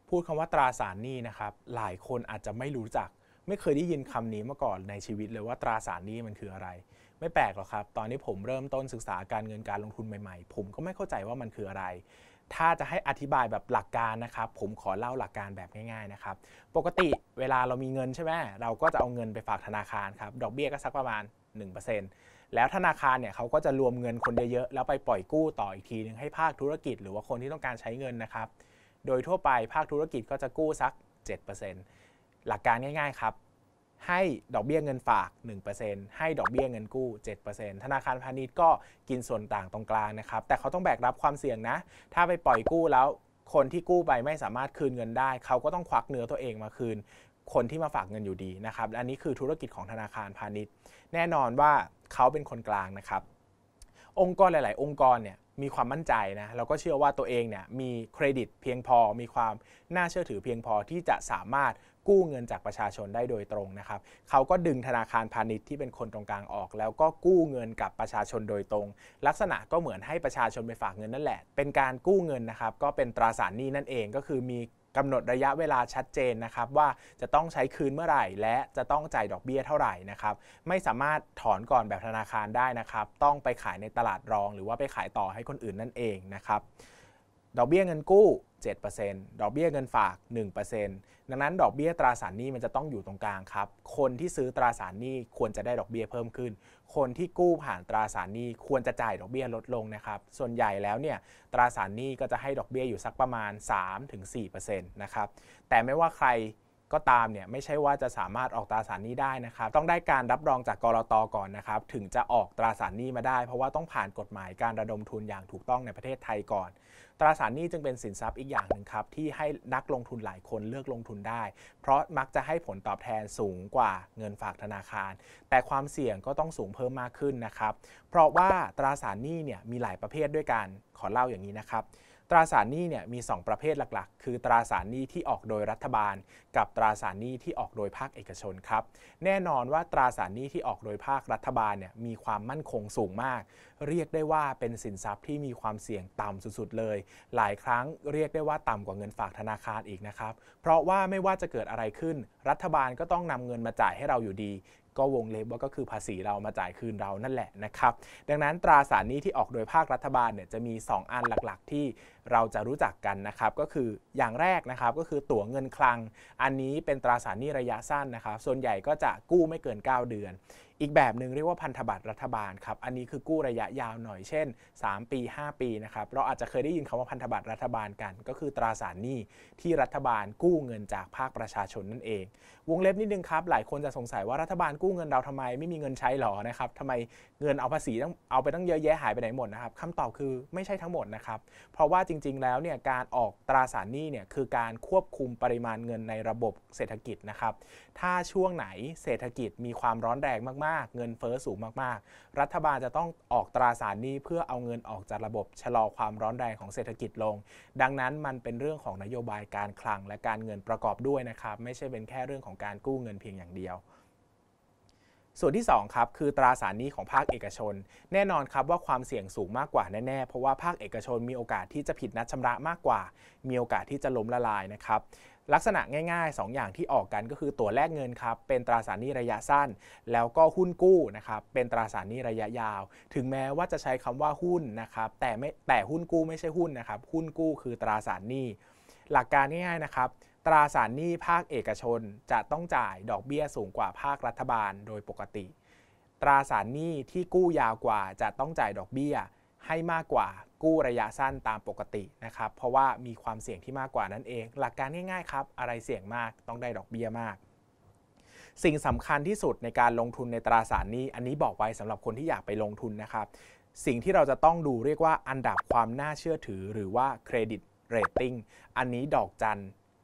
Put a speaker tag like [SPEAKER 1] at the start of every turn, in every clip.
[SPEAKER 1] พูดคำว่าตราสารหนี้นะครับหลายคนอาจจะไม่รู้จักไม่เคยได้ยินคำนี้มาก่อนในชีวิตเลยว่าตราสารหนี้มันคืออะไรไม่แปลกหรอกครับตอนที่ผมเริ่มต้นศึกษาการเงินการลงทุนใหม่ๆผมก็ไม่เข้าใจว่ามันคืออะไรถ้าจะให้อธิบายแบบหลักการนะครับผมขอเล่าหลักการแบบง่ายๆนะครับปกติเวลาเรามีเงินใช่ไหมเราก็จะเอาเงินไปฝากธนาคารครับดอกเบี้ยก็สักประมาณ 1%แล้วธนาคารเนี่ยเขาก็จะรวมเงินคนเยอะๆแล้วไปปล่อยกู้ต่ออีกทีนึงให้ภาคธุรกิจหรือว่าคนที่ต้องการใช้เงินนะครับโดยทั่วไปภาคธุรกิจก็จะกู้สัก 7%หลักการง่ายๆครับให้ดอกเบี้ยเงินฝาก 1% ให้ดอกเบี้ยเงินกู้ 7% ธนาคารพาณิชย์ก็กินส่วนต่างตรงกลางนะครับแต่เขาต้องแบกรับความเสี่ยงนะถ้าไปปล่อยกู้แล้วคนที่กู้ไปไม่สามารถคืนเงินได้เขาก็ต้องควักเนื้อตัวเองมาคืนคนที่มาฝากเงินอยู่ดีนะครับอันนี้คือธุรกิจของธนาคารพาณิชย์แน่นอนว่าเขาเป็นคนกลางนะครับองค์กรหลายๆองค์กรเนี่ยมีความมั่นใจนะเราก็เชื่อว่าตัวเองเนี่ยมีเครดิตเพียงพอมีความน่าเชื่อถือเพียงพอที่จะสามารถกู้เงินจากประชาชนได้โดยตรงนะครับเขาก็ดึงธนาคารพาณิชย์ที่เป็นคนตรงกลางออกแล้วก็กู้เงินกับประชาชนโดยตรงลักษณะก็เหมือนให้ประชาชนไปฝากเงินนั่นแหละเป็นการกู้เงินนะครับก็เป็นตราสารหนี้นั่นเองก็คือมีกำหนดระยะเวลาชัดเจนนะครับว่าจะต้องใช้คืนเมื่อไหร่และจะต้องจ่ายดอกเบี้ยเท่าไหร่นะครับไม่สามารถถอนก่อนแบบธนาคารได้นะครับต้องไปขายในตลาดรองหรือว่าไปขายต่อให้คนอื่นนั่นเองนะครับดอกเบี้ยเงินกู้ 7% ดอกเบี้ยเงินฝาก 1% ดังนั้นดอกเบี้ยตราสารหนี้มันจะต้องอยู่ตรงกลางครับคนที่ซื้อตราสารหนี้ควรจะได้ดอกเบี้ยเพิ่มขึ้นคนที่กู้ผ่านตราสารหนี้ควรจะจ่ายดอกเบี้ยลดลงนะครับส่วนใหญ่แล้วเนี่ยตราสารหนี้ก็จะให้ดอกเบี้ยอยู่สักประมาณ 3-4% นะครับแต่ไม่ว่าใครก็ตามเนี่ยไม่ใช่ว่าจะสามารถออกตราสารหนี้ได้นะครับต้องได้การรับรองจากกลต.ก่อนนะครับถึงจะออกตราสารหนี้มาได้เพราะว่าต้องผ่านกฎหมายการระดมทุนอย่างถูกต้องในประเทศไทยก่อนตราสารหนี้จึงเป็นสินทรัพย์อีกอย่างหนึ่งครับที่ให้นักลงทุนหลายคนเลือกลงทุนได้เพราะมักจะให้ผลตอบแทนสูงกว่าเงินฝากธนาคารแต่ความเสี่ยงก็ต้องสูงเพิ่มมากขึ้นนะครับเพราะว่าตราสารหนี้เนี่ยมีหลายประเภทด้วยกันขอเล่าอย่างนี้นะครับตราสารหนี้เนี่ยมี2ประเภทหลักๆคือตราสารหนี้ที่ออกโดยรัฐบาลกับตราสารหนี้ที่ออกโดยภาคเอกชนครับแน่นอนว่าตราสารหนี้ที่ออกโดยภาครัฐบาลเนี่ยมีความมั่นคงสูงมากเรียกได้ว่าเป็นสินทรัพย์ที่มีความเสี่ยงต่ำสุดๆเลยหลายครั้งเรียกได้ว่าต่ำกว่าเงินฝากธนาคารอีกนะครับเพราะว่าไม่ว่าจะเกิดอะไรขึ้นรัฐบาลก็ต้องนำเงินมาจ่ายให้เราอยู่ดีก็วงเล็บว่าก็คือภาษีเรามาจ่ายคืนเรานั่นแหละนะครับดังนั้นตราสารหนี้ที่ออกโดยภาครัฐบาลเนี่ยจะมี2อันหลักๆที่เราจะรู้จักกันนะครับก็คืออย่างแรกนะครับก็คือตั๋วเงินคลังอันนี้เป็นตราสารหนี้ระยะสั้นนะครับส่วนใหญ่ก็จะกู้ไม่เกิน9 เดือนอีกแบบหนึ่งเรียกว่าพันธบัตรรัฐบาลครับอันนี้คือกู้ระยะยาวหน่อยเช่น3 ปี5 ปีนะครับเราอาจจะเคยได้ยินคำว่าพันธบัตรรัฐบาลกันก็คือตราสารหนี้ที่รัฐบาลกู้เงินจากภาคประชาชนนั่นเองวงเล็บนิดนึงครับหลายคนจะสงสัยว่ารัฐบาลกู้เงินเราทำไมไม่มีเงินใช้หรอนะครับทำไมเงินเอาภาษีต้องเอาไปตั้งเยอะแยะหายไปไหนหมดนะครับคำตอบคือไม่ใช่ทั้งหมดนะครับเพราะว่าจริงๆแล้วเนี่ยการออกตราสารหนี้เนี่ยคือการควบคุมปริมาณเงินในระบบเศรษฐกิจนะครับถ้าช่วงไหนเศรษฐกิจมีความร้อนแรงมากๆเงินเฟ้อสูงมากๆรัฐบาลจะต้องออกตราสารหนี้เพื่อเอาเงินออกจากระบบชะลอความร้อนแรงของเศรษฐกิจลงดังนั้นมันเป็นเรื่องของนโยบายการคลังและการเงินประกอบด้วยนะครับไม่ใช่เป็นแค่เรื่องของการกู้เงินเพียงอย่างเดียวส่วนที่2ครับคือตราสารหนี้ของภาคเอกชนแน่นอนครับว่าความเสี่ยงสูงมากกว่าแน่ๆเพราะว่าภาคเอกชนมีโอกาสที่จะผิดนัดชำระมากกว่ามีโอกาสที่จะล้มละลายนะครับลักษณะง่ายๆ2 อย่างที่ออกกันก็คือตั๋วแลกเงินครับเป็นตราสารหนี้ระยะสั้นแล้วก็หุ้นกู้นะครับเป็นตราสารหนี้ระยะยาวถึงแม้ว่าจะใช้คำว่าหุ้นนะครับแต่หุ้นกู้ไม่ใช่หุ้นนะครับหุ้นกู้คือตราสารหนี้หลักการง่ายๆนะครับตราสารหนี้ภาคเอกชนจะต้องจ่ายดอกเบี้ยสูงกว่าภาครัฐบาลโดยปกติตราสารหนี้ที่กู้ยาวกว่าจะต้องจ่ายดอกเบี้ยให้มากกว่ากู้ระยะสั้นตามปกตินะครับเพราะว่ามีความเสี่ยงที่มากกว่านั่นเองหลักการง่ายๆครับอะไรเสี่ยงมากต้องได้ดอกเบี้ยมากสิ่งสำคัญที่สุดในการลงทุนในตราสารหนี้อันนี้บอกไว้สำหรับคนที่อยากไปลงทุนนะครับสิ่งที่เราจะต้องดูเรียกว่าอันดับความน่าเชื่อถือหรือว่าเครดิตเรตติ้งอันนี้ดอกจัน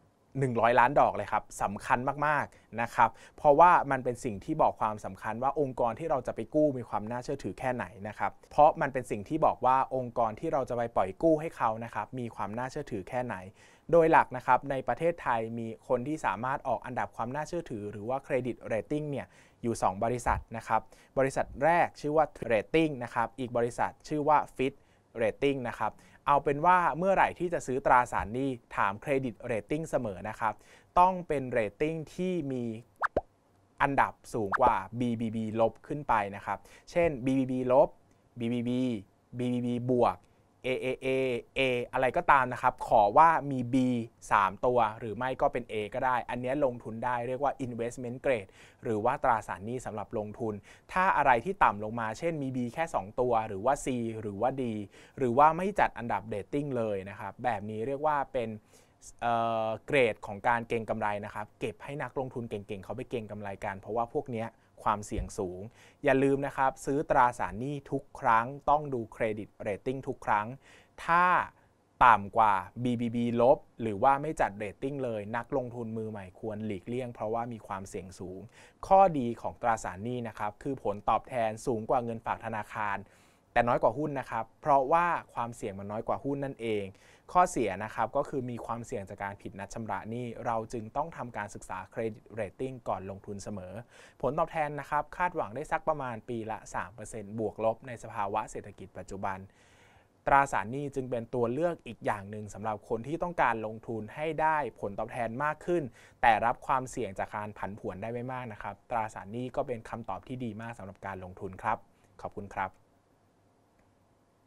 [SPEAKER 1] 100 ล้านดอกเลยครับสำคัญมากๆนะครับเพราะว่ามันเป็นสิ่งที่บอกความสำคัญว่าองค์กรที่เราจะไปกู้มีความน่าเชื่อถือแค่ไหนนะครับเพราะมันเป็นสิ่งที่บอกว่าองค์กรที่เราจะไปปล่อยกู้ให้เขานะครับมีความน่าเชื่อถือแค่ไหนโดยหลักนะครับในประเทศไทยมีคนที่สามารถออกอันดับความน่าเชื่อถือหรือว่าเครดิตเรตติ้งเนี่ยอยู่2 บริษัทนะครับบริษัทแรกชื่อว่า Rating นะครับอีกบริษัทชื่อว่า Fitch Rating นะครับเอาเป็นว่าเมื่อไหร่ที่จะซื้อตราสารหนี้ถามเครดิตเรตติ้งเสมอนะครับต้องเป็นเรตติ้งที่มีอันดับสูงกว่า BBB ลบขึ้นไปนะครับเช่น BBB ลบ BBB BBB บวก AAA A อะไรก็ตามนะครับขอว่ามี B 3 ตัวหรือไม่ก็เป็น A ก็ได้อันนี้ลงทุนได้เรียกว่า investment grade หรือว่าตราสารหนี้สำหรับลงทุนถ้าอะไรที่ต่ำลงมาเช่นมี B แค่2ตัวหรือว่า C หรือว่า D หรือว่าไม่จัดอันดับเรตติ้งเลยนะครับแบบนี้เรียกว่าเป็นเกรดของการเก็งกำไรนะครับเก็บให้นักลงทุนเก่งๆเขาไปเก็งกำไรกันเพราะว่าพวกนี้ความเสี่ยงสูงอย่าลืมนะครับซื้อตราสารหนี้ทุกครั้งต้องดูเครดิตเรตติ้งทุกครั้งถ้าต่ำกว่า BBB ลบหรือว่าไม่จัดเรตติ้งเลยนักลงทุนมือใหม่ควรหลีกเลี่ยงเพราะว่ามีความเสี่ยงสูงข้อดีของตราสารหนี้นะครับคือผลตอบแทนสูงกว่าเงินฝากธนาคารแต่น้อยกว่าหุ้นนะครับเพราะว่าความเสี่ยงมันน้อยกว่าหุ้นนั่นเองข้อเสียนะครับก็คือมีความเสี่ยงจากการผิดนัดชำระหนี้เราจึงต้องทำการศึกษาเครดิตเรตติ้งก่อนลงทุนเสมอผลตอบแทนนะครับคาดหวังได้สักประมาณปีละ 3% บวกลบในสภาวะเศรษฐกิจปัจจุบันตราสารหนี้จึงเป็นตัวเลือกอีกอย่างหนึ่งสำหรับคนที่ต้องการลงทุนให้ได้ผลตอบแทนมากขึ้นแต่รับความเสี่ยงจากการผันผวนได้ไม่มากนะครับตราสารหนี้ก็เป็นคำตอบที่ดีมากสำหรับการลงทุนครับขอบคุณครับ